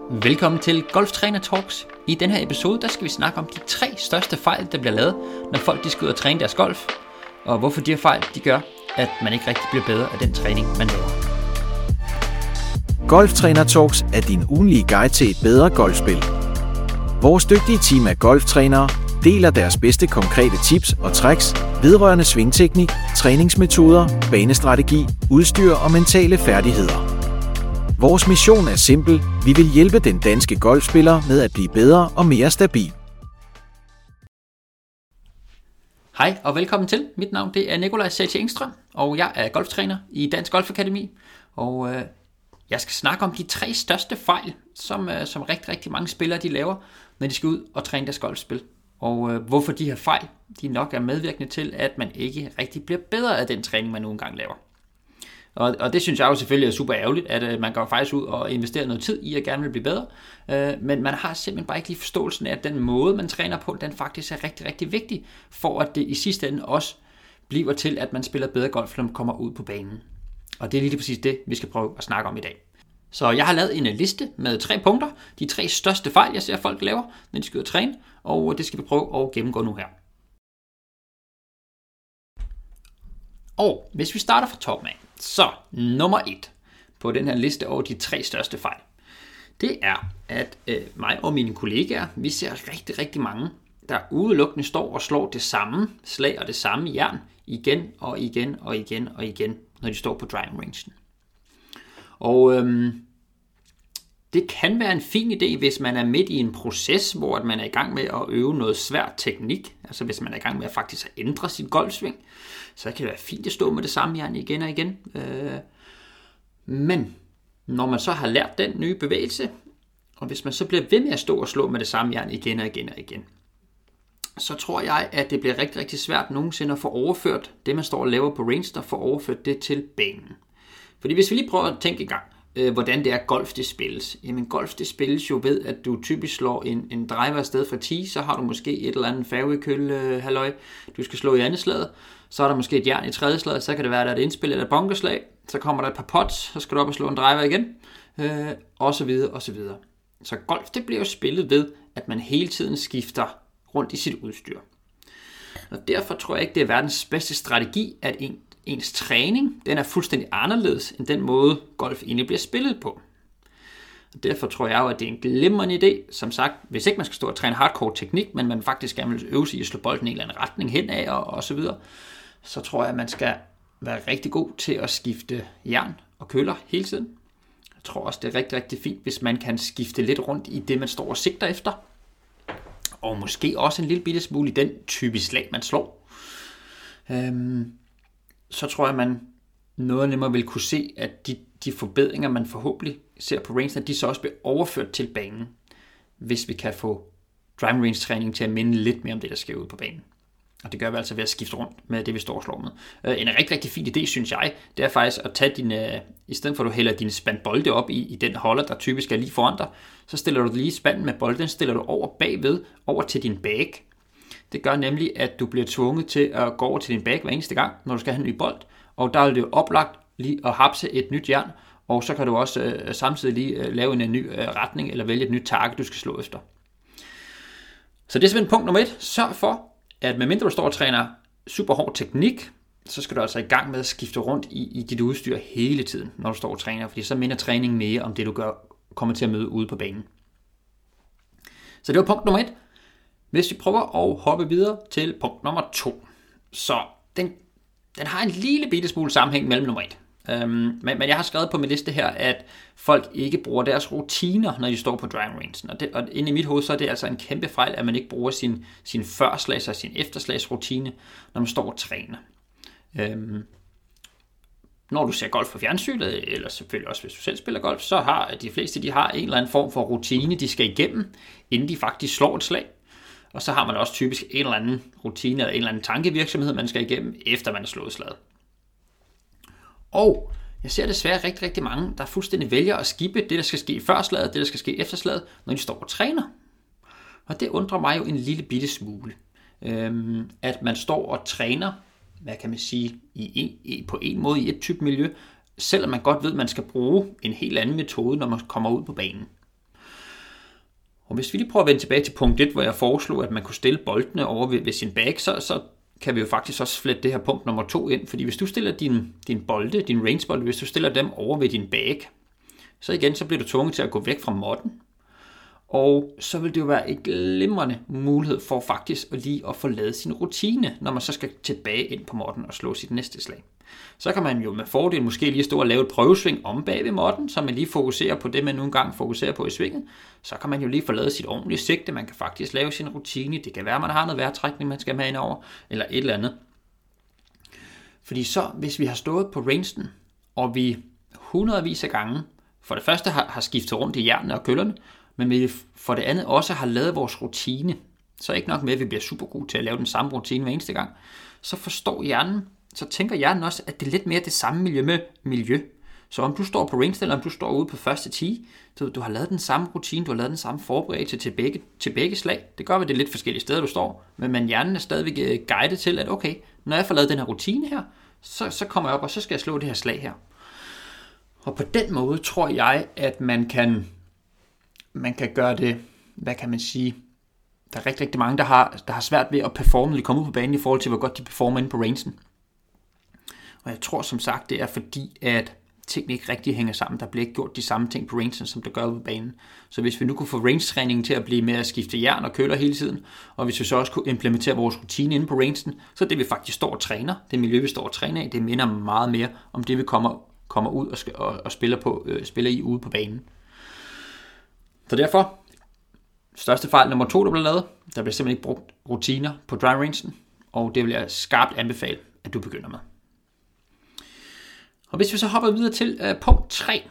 Velkommen til Golftræner Talks. I den her episode, der skal vi snakke om de 3 største fejl, der bliver lavet, når folk de skal ud og træne deres golf. Og hvorfor de her fejl, de gør, at man ikke rigtig bliver bedre af den træning, man laver. Golftræner Talks er din ugenlige guide til et bedre golfspil. Vores dygtige team af golftrænere deler deres bedste konkrete tips og tricks vedrørende svingteknik, træningsmetoder, banestrategi, udstyr og mentale færdigheder. Vores mission er simpel. Vi vil hjælpe den danske golfspiller med at blive bedre og mere stabil. Hej og velkommen til. Mit navn det er Nikolaj Satie Engstrøm, og jeg er golftræner i Dansk Golf Akademi. Og jeg skal snakke om de 3 største fejl, som rigtig mange spillere de laver, når de skal ud og træne deres golfspil. Og hvorfor de her fejl, de nok er medvirkende til, at man ikke rigtig bliver bedre af den træning, man nogle gange laver. Og det synes jeg jo selvfølgelig er super ærgerligt, at man går faktisk ud og investerer noget tid i at gerne vil blive bedre. Men man har simpelthen bare ikke lige forståelsen af, at den måde, man træner på, den faktisk er rigtig, rigtig vigtig, for at det i sidste ende også bliver til, at man spiller bedre golf, når man kommer ud på banen. Og det er lige præcis det, vi skal prøve at snakke om i dag. Så jeg har lavet en liste med 3 punkter, de 3 største fejl, jeg ser folk laver, når de skal ud og træne, og det skal vi prøve at gennemgå nu her. Og hvis vi starter fra toppen af, så nummer 1 på den her liste over de 3 største fejl, det er, at mig og mine kollegaer, vi ser rigtig, rigtig mange, der udelukkende står og slår det samme slag og det samme jern igen og igen og igen og igen, når de står på driving rangen. Og det kan være en fin idé, hvis man er midt i en proces, hvor man er i gang med at øve noget svær teknik. Altså hvis man er i gang med at faktisk ændre sit golfsving, så kan det være fint at stå med det samme jern igen og igen. Men når man så har lært den nye bevægelse, og hvis man så bliver ved med at stå og slå med det samme jern igen og igen og igen, så tror jeg, at det bliver rigtig, rigtig svært nogensinde at få overført det, man står og laver på range, og få overført det til banen. Fordi hvis vi lige prøver at tænke i gang, hvordan det er golf det spilles. Jamen golf det spilles jo ved, at du typisk slår en driver afsted fra tee, så har du måske et eller andet fairway-kølle halløj, du skal slå i andet slaget, så er der måske et jern i tredje slaget, så kan det være, at der er et indspil eller et bunkerslag, så kommer der et par pots, så skal du op og slå en driver igen, og så videre, og så videre. Så golf det bliver jo spillet ved, at man hele tiden skifter rundt i sit udstyr. Og derfor tror jeg ikke, det er verdens bedste strategi, at ens træning, den er fuldstændig anderledes end den måde, golf egentlig bliver spillet på. Og derfor tror jeg jo, at det er en glimrende idé, som sagt, hvis ikke man skal stå og træne hardcore teknik, men man faktisk gerne vil øve sig i at slå bolden i en eller anden retning hen af og så videre, så tror jeg, at man skal være rigtig god til at skifte jern og køller hele tiden. Jeg tror også, det er rigtig, rigtig fint, hvis man kan skifte lidt rundt i det, man står og sigter efter. Og måske også en lille bitte smule i den type slag, man slår. Så tror jeg, man noget nemmere vil kunne se, at de forbedringer, man forhåbentlig ser på range, at de så også bliver overført til banen, hvis vi kan få driving range træning til at minde lidt mere om det, der sker ud på banen. Og det gør vi altså ved at skifte rundt med det, vi står og slår med. En rigtig, rigtig fin idé, synes jeg, det er faktisk at tage i stedet for at du hælder dine spand bolde op i den holder, der typisk er lige foran dig, så stiller du lige spanden med bolden, stiller du over bagved, over til din bag. Det gør nemlig, at du bliver tvunget til at gå over til din bag hver eneste gang, når du skal have en ny bold. Og der er det jo oplagt lige at hapse et nyt jern, og så kan du også samtidig lige lave en ny retning, eller vælge et nyt target, du skal slå efter. Så det er simpelthen punkt nummer 1. Sørg for, at medmindre du står og træner super hård teknik, så skal du altså i gang med at skifte rundt i dit udstyr hele tiden, når du står og træner, fordi så minder træningen mere om det, du kommer til at møde ude på banen. Så det var punkt nummer 1. Hvis vi prøver at hoppe videre til punkt nummer 2, så den har en lille bitte smule sammenhæng mellem nummer 1. Men jeg har skrevet på min liste her, at folk ikke bruger deres rutiner, når de står på driving rangen. Og inde i mit hoved, så er det altså en kæmpe fejl, at man ikke bruger sin førslags- og sin efterslagsrutine, når man står og træner. Når du ser golf på fjernsynet, eller selvfølgelig også hvis du selv spiller golf, så har de fleste en eller anden form for rutine, de skal igennem, inden de faktisk slår et slag. Og så har man også typisk en eller anden rutine eller en eller anden tankevirksomhed, man skal igennem, efter man har slået slaget. Og jeg ser desværre rigtig, rigtig mange, der fuldstændig vælger at skippe det, der skal ske før slaget, det, der skal ske efter slaget, når de står og træner. Og det undrer mig jo en lille bitte smule. At man står og træner, hvad kan man sige, på en måde i et type miljø, selvom man godt ved, at man skal bruge en helt anden metode, når man kommer ud på banen. Og hvis vi lige prøver at vende tilbage til punkt 1, hvor jeg foreslog, at man kunne stille boldene over ved sin bag, så kan vi jo faktisk også flette det her punkt nummer 2 ind. Fordi hvis du stiller din bolde, din rangebolde, hvis du stiller dem over ved din bag, så igen, så bliver du tvunget til at gå væk fra modden. Og så vil det jo være et glimrende mulighed for faktisk lige at få lavet sin rutine, når man så skal tilbage ind på modden og slå sit næste slag. Så kan man jo med fordel måske lige stå og lave et prøvesving om bag ved modden, så man lige fokuserer på det, man nu engang fokuserer på i svinget. Så kan man jo lige få lavet sit ordentlige sigte, man kan faktisk lave sin rutine. Det kan være, at man har noget vejrtrækning, man skal med ind over, eller et eller andet. Fordi så, hvis vi har stået på rangen, og vi hundredvis af gange, for det første har skiftet rundt i jernene og køllerne, men vi for det andet også har lavet vores rutine, så ikke nok med, at vi bliver super gode til at lave den samme rutine hver eneste gang, så forstår hjernen, så tænker hjernen også, at det er lidt mere det samme miljø. Så om du står på range, eller om du står ude på første tee, du har lavet den samme rutine, du har lavet den samme forberedelse til begge slag. Det gør, at det er lidt forskellige steder, du står, men hjernen er stadigvæk guidet til, at okay, når jeg får lavet den her rutine her, så kommer jeg op, og så skal jeg slå det her slag her. Og på den måde tror jeg, at man kan gøre det, hvad kan man sige, der er rigtig, rigtig mange, der har svært ved at performe, når de kommer ud på banen i forhold til, hvor godt de performer inde på rangen. Og jeg tror som sagt, det er fordi, at tingene ikke rigtig hænger sammen. Der bliver ikke gjort de samme ting på rangen, som der gør ude på banen. Så hvis vi nu kunne få range-træningen til at blive med at skifte jern og køller hele tiden, og hvis vi så også kunne implementere vores rutine inde på rangen, så det vi faktisk står og træner, det miljø vi står og træner i, det minder meget mere om det vi kommer ud og spiller i ude på banen. Så derfor, største fejl nummer 2, der blev lavet, der bliver simpelthen ikke brugt rutiner på dry rangen, og det vil jeg skarpt anbefale, at du begynder med. Og hvis vi så hopper videre til punkt 3,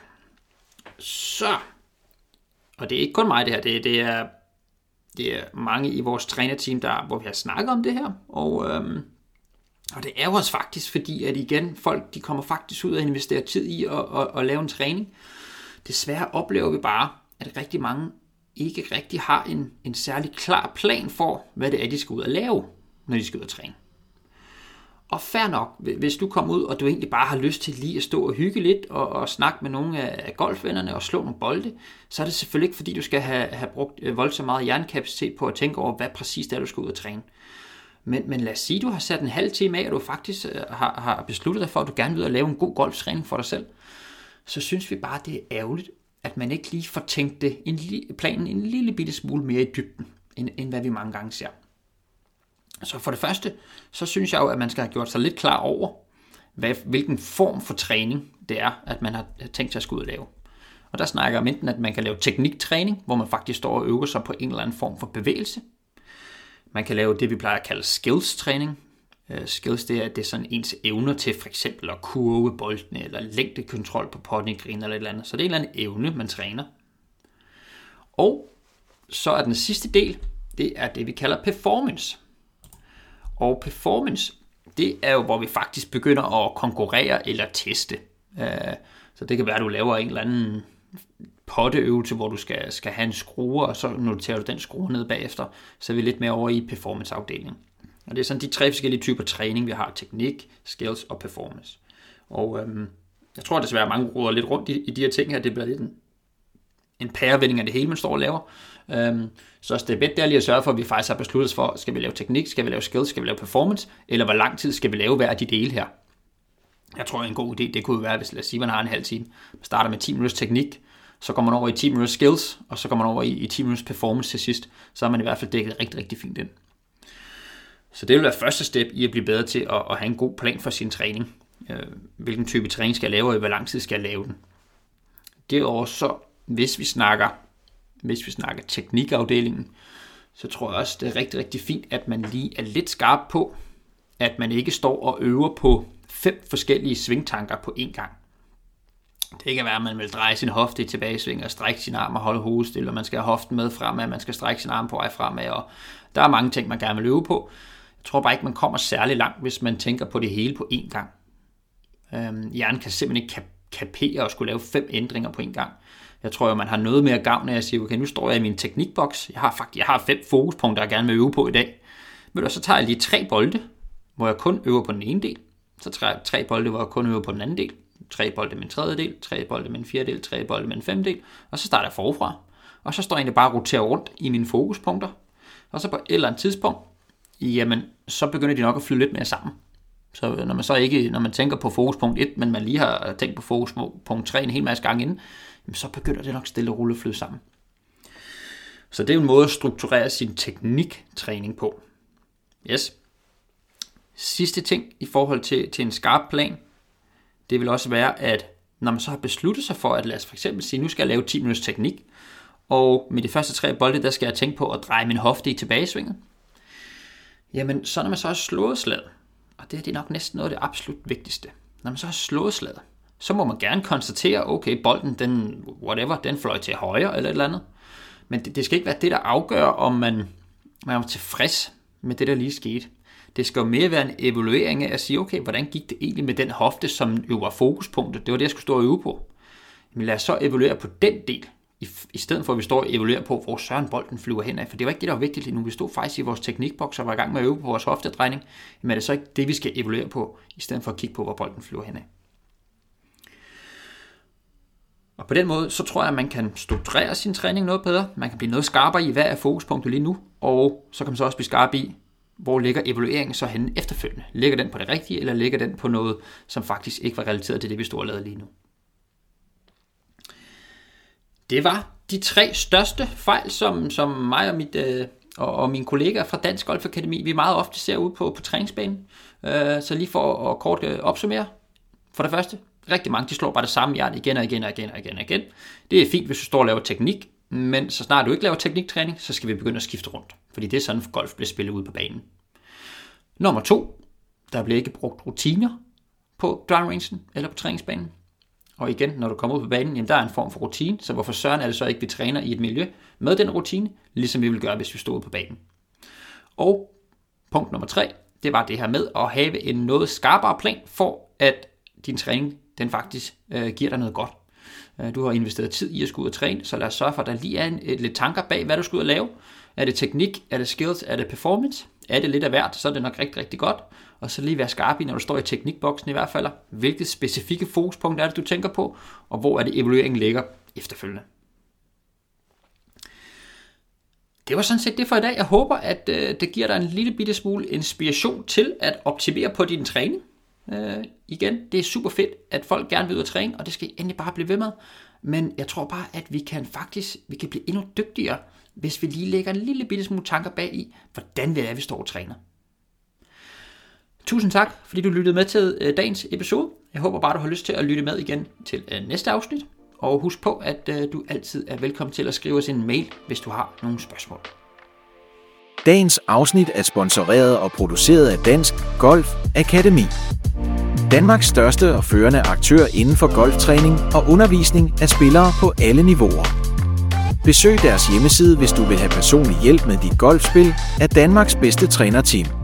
så, og det er ikke kun mig det her, det er mange i vores trænerteam, hvor vi har snakket om det her, og det er jo også faktisk fordi, at igen, folk de kommer faktisk ud og investerer tid i at lave en træning. Desværre oplever vi bare, at rigtig mange ikke rigtig har en særlig klar plan for, hvad det er, de skal ud og lave, når de skal ud og træne. Og fair nok, hvis du kommer ud, og du egentlig bare har lyst til lige at stå og hygge lidt, og snakke med nogle af golfvennerne og slå nogle bolde, så er det selvfølgelig ikke, fordi du skal have brugt voldsomt meget hjernekapacitet på at tænke over, hvad præcis det er, du skal ud og træne. Men lad os sige, at du har sat en halv time af, og du faktisk har besluttet dig for, at du gerne vil ud og lave en god golftræning for dig selv, så synes vi bare, det er ærgerligt, at man ikke lige får tænkt planen en lille bitte smule mere i dybden, end hvad vi mange gange ser. Så for det første, så synes jeg jo, at man skal have gjort sig lidt klar over, hvilken form for træning det er, at man har tænkt sig at skulle ud og lave. Og der snakker jeg om enten, at man kan lave tekniktræning, hvor man faktisk står og øver sig på en eller anden form for bevægelse. Man kan lave det, vi plejer at kalde skills-træning. Skills, det er sådan ens evner til for eksempel at kurve boldene, eller længdekontrol på putting-green eller et eller andet. Så det er en eller anden evne, man træner. Og så er den sidste del, det er det, vi kalder performance. Og performance, det er jo, hvor vi faktisk begynder at konkurrere eller teste. Så det kan være, at du laver en eller anden potteøvelse, hvor du skal have en skrue, og så noterer du den skrue ned bagefter, så er vi lidt mere over i performance-afdelingen. Og det er sådan de 3 forskellige typer træning, vi har: teknik, skills og performance. Og jeg tror desværre, at mange roder lidt rundt i de her ting her. Det bliver lidt en pærevending af det hele, man står og laver. Så step 1, det er lige at sørge for, at vi faktisk har besluttet for, skal vi lave teknik, skal vi lave skills, skal vi lave performance, eller hvor lang tid skal vi lave hver af de dele her. Jeg tror, en god idé, det kunne være, hvis lad os sige, man har en halv time. Man starter med 10 minutters teknik, så kommer man over i 10 minutters skills, og så kommer man over i 10 minutters performance til sidst. Så har man i hvert fald dækket rigtig, rigtig fint ind. Så det vil være første step i at blive bedre til at have en god plan for sin træning. Hvilken type træning skal jeg lave, og i hvor lang tid skal jeg lave den. Derudover så, hvis vi snakker teknikafdelingen, så tror jeg også, det er rigtig, rigtig fint, at man lige er lidt skarp på, at man ikke står og øver på 5 forskellige svingtanker på én gang. Det kan være, at man vil dreje sin hofte i tilbagesving og strække sin arm og holde hovedet stille, og man skal have hoften med fremad, man skal strække sin arm på vej fremad, og der er mange ting, man gerne vil øve på. Jeg tror bare ikke, man kommer særlig langt, hvis man tænker på det hele på én gang. Hjernen kan simpelthen ikke kapere og skulle lave 5 ændringer på én gang. Jeg tror, at man har noget mere gavn af at sige, okay, nu står jeg i min teknikboks. Jeg har 5 fokuspunkter, jeg gerne vil øve på i dag. Men så tager jeg lige 3 bolde, hvor jeg kun øver på den ene del. Så tager jeg 3 bolde, hvor jeg kun øver på den anden del. 3 bolde med en tredje del, 3 bolde med en fjerde del, 3 bolde med en femte del. Og så starter jeg forfra. og så står jeg egentlig bare og roterer rundt i mine fokuspunkter, og så på et eller andet tidspunkt, jamen, så begynder de nok at flyde lidt mere sammen. Så når man tænker på fokuspunkt 1, men man lige har tænkt på fokuspunkt 3 en hel masse gange inden, jamen, så begynder det nok stille og roligt at flyde sammen. Så det er jo en måde at strukturere sin tekniktræning på. Yes. Sidste ting i forhold til en skarp plan, det vil også være, at når man så har besluttet sig for, at lad os for eksempel sige, nu skal jeg lave 10 minutters teknik, og med de første 3 bolde, der skal jeg tænke på at dreje min hofte i tilbagesvinget. Jamen, så når man så har slået slaget, og det er nok næsten noget af det absolut vigtigste, når man så har slået slaget, så må man gerne konstatere, okay, bolden, den fløj til højre eller et eller andet. Men det skal ikke være det, der afgør, om man er tilfreds med det, der lige skete. Det skal jo mere være en evaluering af at sige, okay, hvordan gik det egentlig med den hofte, som jo var fokuspunktet? Det var det, jeg skulle stå og øve på. Men lad os så evaluere på den del, i stedet for at vi står og evaluerer på, hvor søren bolden flyver henad. For det var ikke det, der var vigtigt lige nu. Vi stod faktisk i vores teknikboks og var i gang med at øve på vores hoftedrejning. Men er det så ikke det, vi skal evaluere på, i stedet for at kigge på, hvor bolden flyver henad? Og på den måde, så tror jeg, at man kan strukturere sin træning noget bedre. Man kan blive noget skarpere i, hvad er fokuspunktet lige nu. Og så kan man så også blive skarp i, hvor ligger evalueringen så henne efterfølgende. Ligger den på det rigtige, eller ligger den på noget, som faktisk ikke var relateret til det, vi stod og lavede lige nu? Det var de 3 største fejl, som mig og mine kollegaer fra Dansk Golf Akademi, vi meget ofte ser ud på træningsbanen. Så lige for at kort opsummere. For det første, rigtig mange, de slår bare det samme jern igen og igen. Det er fint, hvis du står og laver teknik, men så snart du ikke laver tekniktræning, så skal vi begynde at skifte rundt. Fordi det er sådan, golf bliver spillet ude på banen. Nummer 2, der bliver ikke brugt rutiner på driving rangen eller på træningsbanen. Og igen, når du kommer ud på banen, jamen der er en form for rutine, så hvorfor søren er det så ikke, vi træner i et miljø med den rutine, ligesom vi vil gøre, hvis vi stod på banen. Og punkt nummer 3, det var det her med at have en noget skarpere plan, for at din træning, den faktisk giver dig noget godt. Du har investeret tid i at skulle ud og træne, så lad os sørge for, at der lige er lidt tanker bag, hvad du skal ud og lave. Er det teknik? Er det skills? Er det performance? Er det lidt af hvert, så er det nok rigtig, rigtig godt. Og så lige være skarp i, når du står i teknikboksen i hvert fald. Hvilke specifikke fokuspunkter er det, du tænker på? Og hvor er det, evalueringen ligger efterfølgende? Det var sådan set det for i dag. Jeg håber, at det giver dig en lille bitte smule inspiration til at optimere på din træning. Igen, det er super fedt, at folk gerne vil ud og træne, og det skal I endelig bare blive ved med. Men jeg tror bare, at vi kan blive endnu dygtigere, hvis vi lige lægger en lille bitte smule tanker bag i, hvordan det er, vi står og træner. Tusind tak, fordi du lyttede med til dagens episode. Jeg håber bare, du har lyst til at lytte med igen til næste afsnit. Og husk på, at du altid er velkommen til at skrive os en mail, hvis du har nogle spørgsmål. Dagens afsnit er sponsoreret og produceret af Dansk Golf Akademi. Danmarks største og førende aktør inden for golftræning og undervisning af spillere på alle niveauer. Besøg deres hjemmeside, hvis du vil have personlig hjælp med dit golfspil af Danmarks bedste trænerteam.